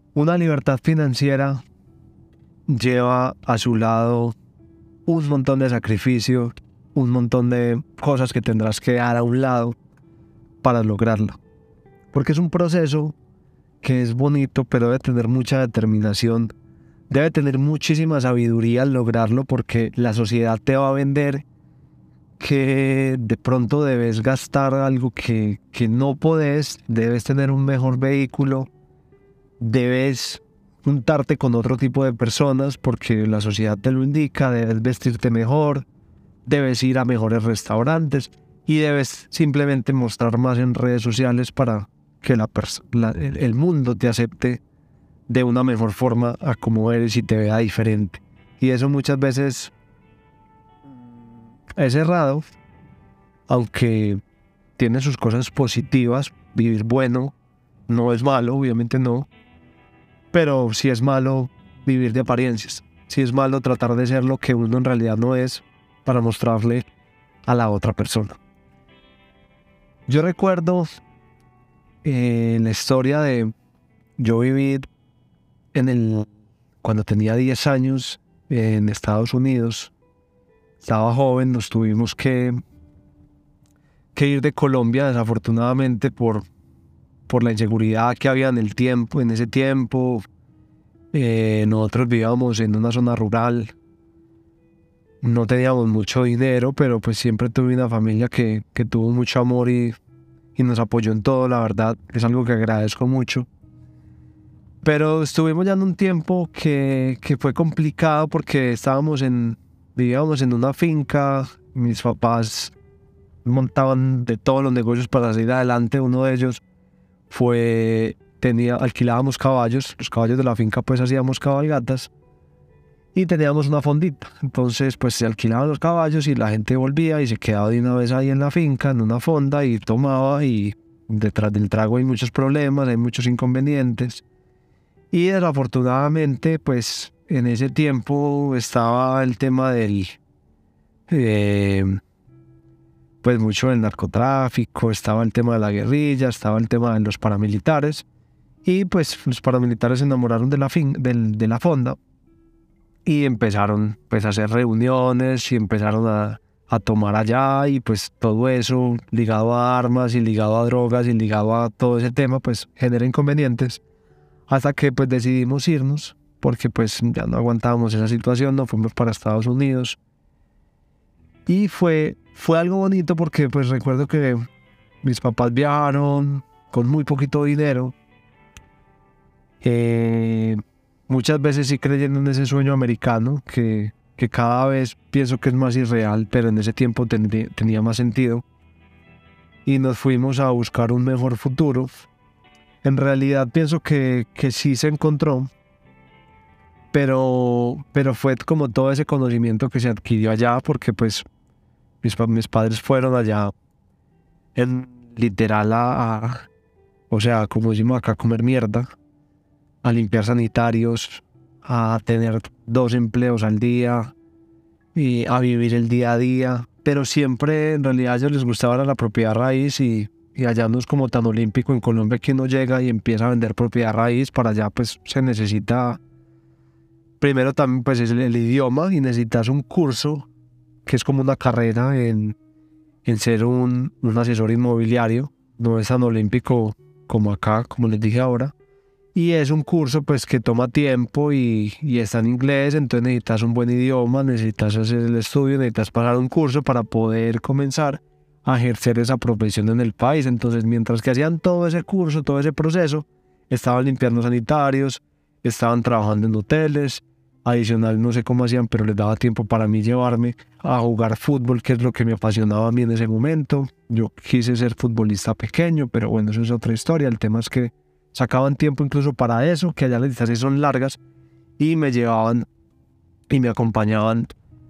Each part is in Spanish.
Una libertad financiera lleva a su lado un montón de sacrificio, un montón de cosas que tendrás que dar a un lado para lograrlo. Porque es un proceso que es bonito, pero debe tener mucha determinación, debe tener muchísima sabiduría al lograrlo, porque la sociedad te va a vender que de pronto debes gastar algo que no podés, debes tener un mejor vehículo, debes juntarte con otro tipo de personas porque la sociedad te lo indica, debes vestirte mejor, debes ir a mejores restaurantes y debes simplemente mostrar más en redes sociales para que el mundo te acepte de una mejor forma a como eres y te vea diferente. Y eso muchas veces es errado, aunque tiene sus cosas positivas. Vivir bueno no es malo, obviamente no, pero sí es malo vivir de apariencias. Sí es malo tratar de ser lo que uno en realidad no es para mostrarle a la otra persona. Yo recuerdo la historia de yo vivir cuando tenía 10 años en Estados Unidos. Estaba joven, nos tuvimos que ir de Colombia, desafortunadamente, por la inseguridad que había en ese tiempo. Nosotros vivíamos en una zona rural, no teníamos mucho dinero, pero pues siempre tuve una familia que tuvo mucho amor y nos apoyó en todo, la verdad, es algo que agradezco mucho. Pero estuvimos ya en un tiempo que fue complicado porque vivíamos en una finca, mis papás montaban de todos los negocios para salir adelante. Uno de ellos alquilábamos caballos, los caballos de la finca pues hacíamos cabalgatas y teníamos una fondita. Entonces pues se alquilaban los caballos y la gente volvía y se quedaba de una vez ahí en la finca, en una fonda, y tomaba, y detrás del trago hay muchos problemas, hay muchos inconvenientes. Y desafortunadamente pues en ese tiempo estaba el tema eh, pues mucho del narcotráfico, estaba el tema de la guerrilla, estaba el tema de los paramilitares. Y pues los paramilitares se enamoraron de la fonda y empezaron pues a hacer reuniones y empezaron a tomar allá, y pues todo eso ligado a armas y ligado a drogas y ligado a todo ese tema pues genera inconvenientes, hasta que pues decidimos irnos porque pues ya no aguantábamos esa situación, nos fuimos para Estados Unidos. Y fue algo bonito porque pues recuerdo que mis papás viajaron con muy poquito dinero, muchas veces sí creyendo en ese sueño americano que cada vez pienso que es más irreal, pero en ese tiempo tenía más sentido. Y nos fuimos a buscar un mejor futuro. En realidad pienso que sí se encontró, pero fue como todo ese conocimiento que se adquirió allá, porque pues mis padres fueron allá en literal o sea, como decimos acá, a comer mierda, a limpiar sanitarios, a tener 2 empleos al día y a vivir el día a día. Pero siempre en realidad a ellos les gustaba la propiedad raíz, y allá no es como tan olímpico en Colombia que uno llega y empieza a vender propiedad raíz. Para allá pues se necesita, primero también pues es el idioma, y necesitas un curso que es como una carrera en ser un asesor inmobiliario. No es tan olímpico como acá, como les dije ahora. Y es un curso pues que toma tiempo y está en inglés, entonces necesitas un buen idioma, necesitas hacer el estudio, necesitas pagar un curso para poder comenzar a ejercer esa profesión en el país. Entonces mientras que hacían todo ese curso, todo ese proceso, estaban limpiando sanitarios, estaban trabajando en hoteles. Adicional, no sé cómo hacían, pero les daba tiempo para mí llevarme a jugar fútbol, que es lo que me apasionaba a mí en ese momento. Yo quise ser futbolista pequeño, pero bueno, eso es otra historia. El tema es que sacaban tiempo incluso para eso, que allá las distancias son largas, y me llevaban y me acompañaban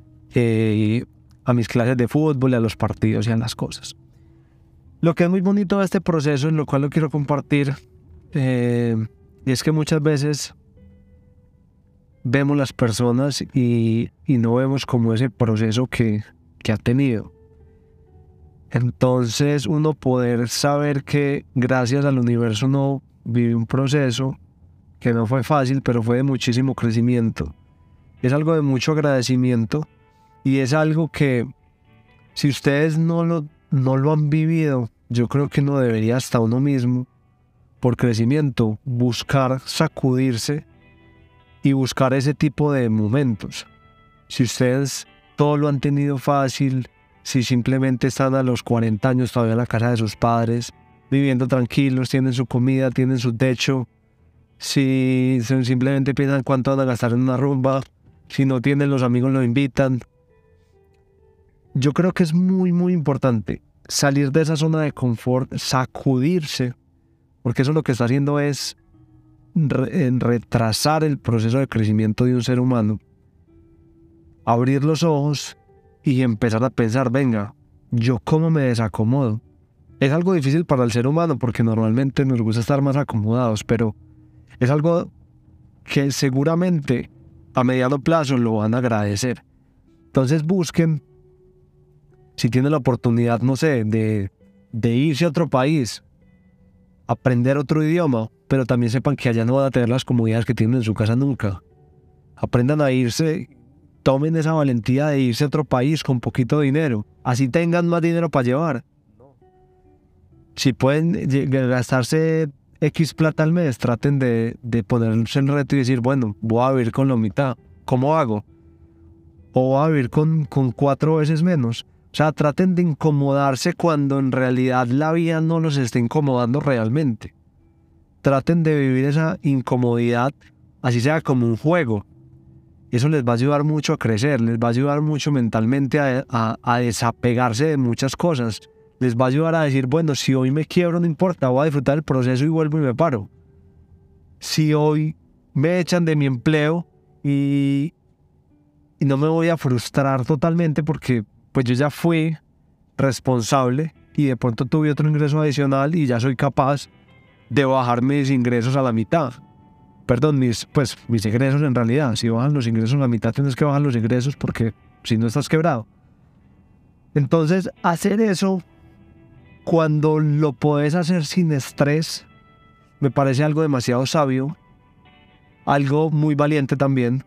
a mis clases de fútbol y a los partidos y a las cosas. Lo que es muy bonito de este proceso, en lo cual lo quiero compartir, y es que muchas veces vemos las personas y no vemos como ese proceso que ha tenido. Entonces uno poder saber que gracias al universo uno vive un proceso que no fue fácil, pero fue de muchísimo crecimiento. Es algo de mucho agradecimiento y es algo que si ustedes no lo han vivido, yo creo que uno debería hasta uno mismo, por crecimiento, buscar sacudirse y buscar ese tipo de momentos. Si ustedes todo lo han tenido fácil, si simplemente están a los 40 años todavía en la casa de sus padres, viviendo tranquilos, tienen su comida, tienen su techo, si simplemente piensan cuánto van a gastar en una rumba, si no tienen, los amigos lo invitan. Yo creo que es muy, muy importante salir de esa zona de confort, sacudirse, porque eso lo que está haciendo es retrasar el proceso de crecimiento de un ser humano, abrir los ojos y empezar a pensar, venga, ¿yo cómo me desacomodo? Es algo difícil para el ser humano porque normalmente nos gusta estar más acomodados, pero es algo que seguramente a mediano plazo lo van a agradecer. Entonces busquen, si tienen la oportunidad, no sé, de irse a otro país, aprender otro idioma, pero también sepan que allá no van a tener las comodidades que tienen en su casa nunca. Aprendan a irse, tomen esa valentía de irse a otro país con poquito dinero, así tengan más dinero para llevar. Si pueden gastarse X plata al mes, traten de ponerse en reto y decir, bueno, voy a vivir con la mitad, ¿cómo hago? O voy a vivir con 4 veces menos. O sea, traten de incomodarse cuando en realidad la vida no los esté incomodando realmente. Traten de vivir esa incomodidad, así sea como un juego. Eso les va a ayudar mucho a crecer, les va a ayudar mucho mentalmente a desapegarse de muchas cosas. Les va a ayudar a decir, bueno, si hoy me quiebro no importa, voy a disfrutar el proceso y vuelvo y me paro. Si hoy me echan de mi empleo y no me voy a frustrar totalmente porque pues yo ya fui responsable y de pronto tuve otro ingreso adicional y ya soy capaz de bajar mis ingresos a la mitad. Perdón, mis ingresos en realidad. Si bajan los ingresos a la mitad, tienes que bajar los ingresos porque si no estás quebrado. Entonces, hacer eso cuando lo puedes hacer sin estrés me parece algo demasiado sabio, algo muy valiente también,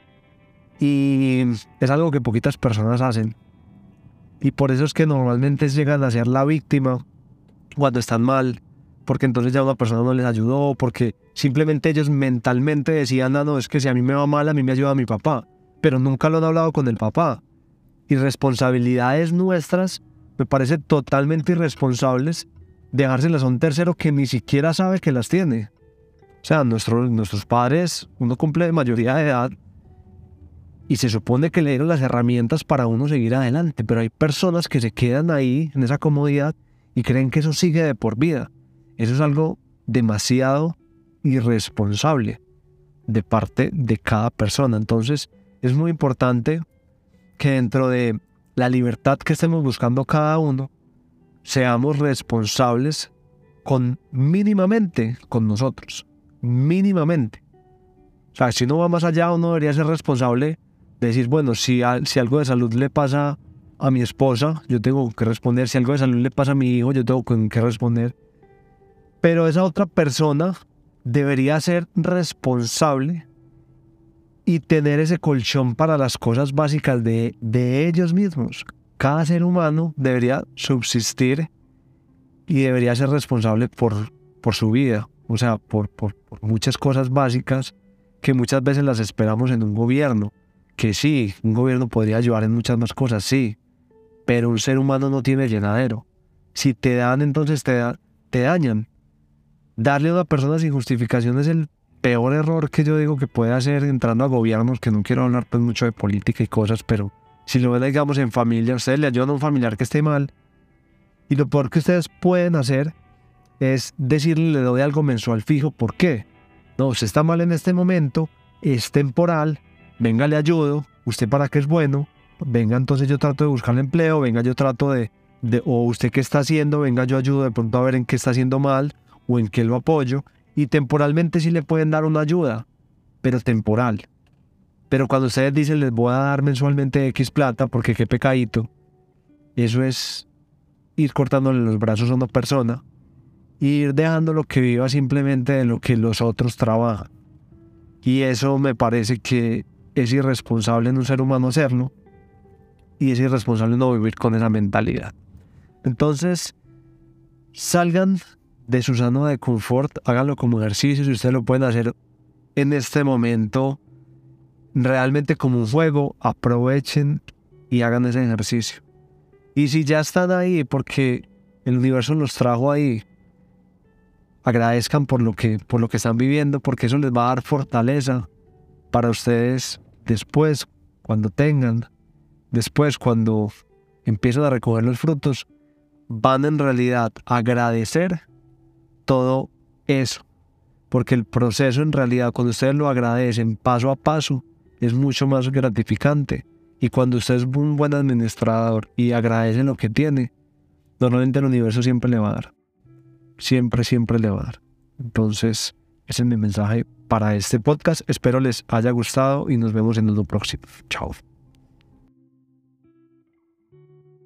y es algo que poquitas personas hacen. Y por eso es que normalmente llegan a ser la víctima cuando están mal, porque entonces ya una persona no les ayudó, porque simplemente ellos mentalmente decían, no, es que si a mí me va mal, a mí me ayuda mi papá, pero nunca lo han hablado con el papá. Y responsabilidades nuestras, me parece totalmente irresponsables dejárselas a un tercero que ni siquiera sabe que las tiene. O sea, nuestros padres, uno cumple mayoría de edad y se supone que le dieron las herramientas para uno seguir adelante, pero hay personas que se quedan ahí en esa comodidad y creen que eso sigue de por vida. Eso es algo demasiado irresponsable de parte de cada persona. Entonces, es muy importante que dentro de la libertad que estemos buscando cada uno, seamos responsables mínimamente con nosotros. Mínimamente. O sea, si uno va más allá, uno debería ser responsable de decir, bueno, si algo de salud le pasa a mi esposa, yo tengo que responder. Si algo de salud le pasa a mi hijo, yo tengo que responder. Pero esa otra persona debería ser responsable y tener ese colchón para las cosas básicas de ellos mismos. Cada ser humano debería subsistir y debería ser responsable por su vida. O sea, por muchas cosas básicas que muchas veces las esperamos en un gobierno. Que sí, un gobierno podría ayudar en muchas más cosas, sí. Pero un ser humano no tiene llenadero. Si te dan, entonces te dañan. Darle a una persona sin justificación es el peor error que yo digo que puede hacer entrando a gobiernos, que no quiero hablar pues mucho de política y cosas, pero si lo ven, digamos, en familia, ustedes le ayudan a un familiar que esté mal, y lo peor que ustedes pueden hacer es decirle, le doy algo mensual fijo. ¿Por qué? No, usted está mal en este momento, es temporal, venga, le ayudo, usted para qué es bueno, venga, entonces yo trato de buscarle empleo, venga, yo trato o usted qué está haciendo, venga, yo ayudo de pronto a ver en qué está haciendo mal, o en qué lo apoyo, y temporalmente sí le pueden dar una ayuda, pero temporal. Pero cuando ustedes dicen, les voy a dar mensualmente X plata, porque qué pecadito, eso es ir cortándole los brazos a una persona, e ir dejándolo que viva simplemente de lo que los otros trabajan. Y eso me parece que es irresponsable en un ser humano hacerlo. Y es irresponsable no vivir con esa mentalidad. Entonces, salgan de su zona de confort, háganlo como ejercicio. Si ustedes lo pueden hacer en este momento, realmente como un juego, aprovechen y hagan ese ejercicio. Y si ya están ahí, porque el universo los trajo ahí, agradezcan por lo que están viviendo, porque eso les va a dar fortaleza para ustedes después, cuando empiecen a recoger los frutos, van en realidad a agradecer todo eso. Porque el proceso en realidad, cuando ustedes lo agradecen paso a paso, es mucho más gratificante. Y cuando usted es un buen administrador y agradece lo que tiene, normalmente el universo siempre le va a dar. Siempre, siempre le va a dar. Entonces, ese es mi mensaje para este podcast. Espero les haya gustado y nos vemos en lo próximo. Chao.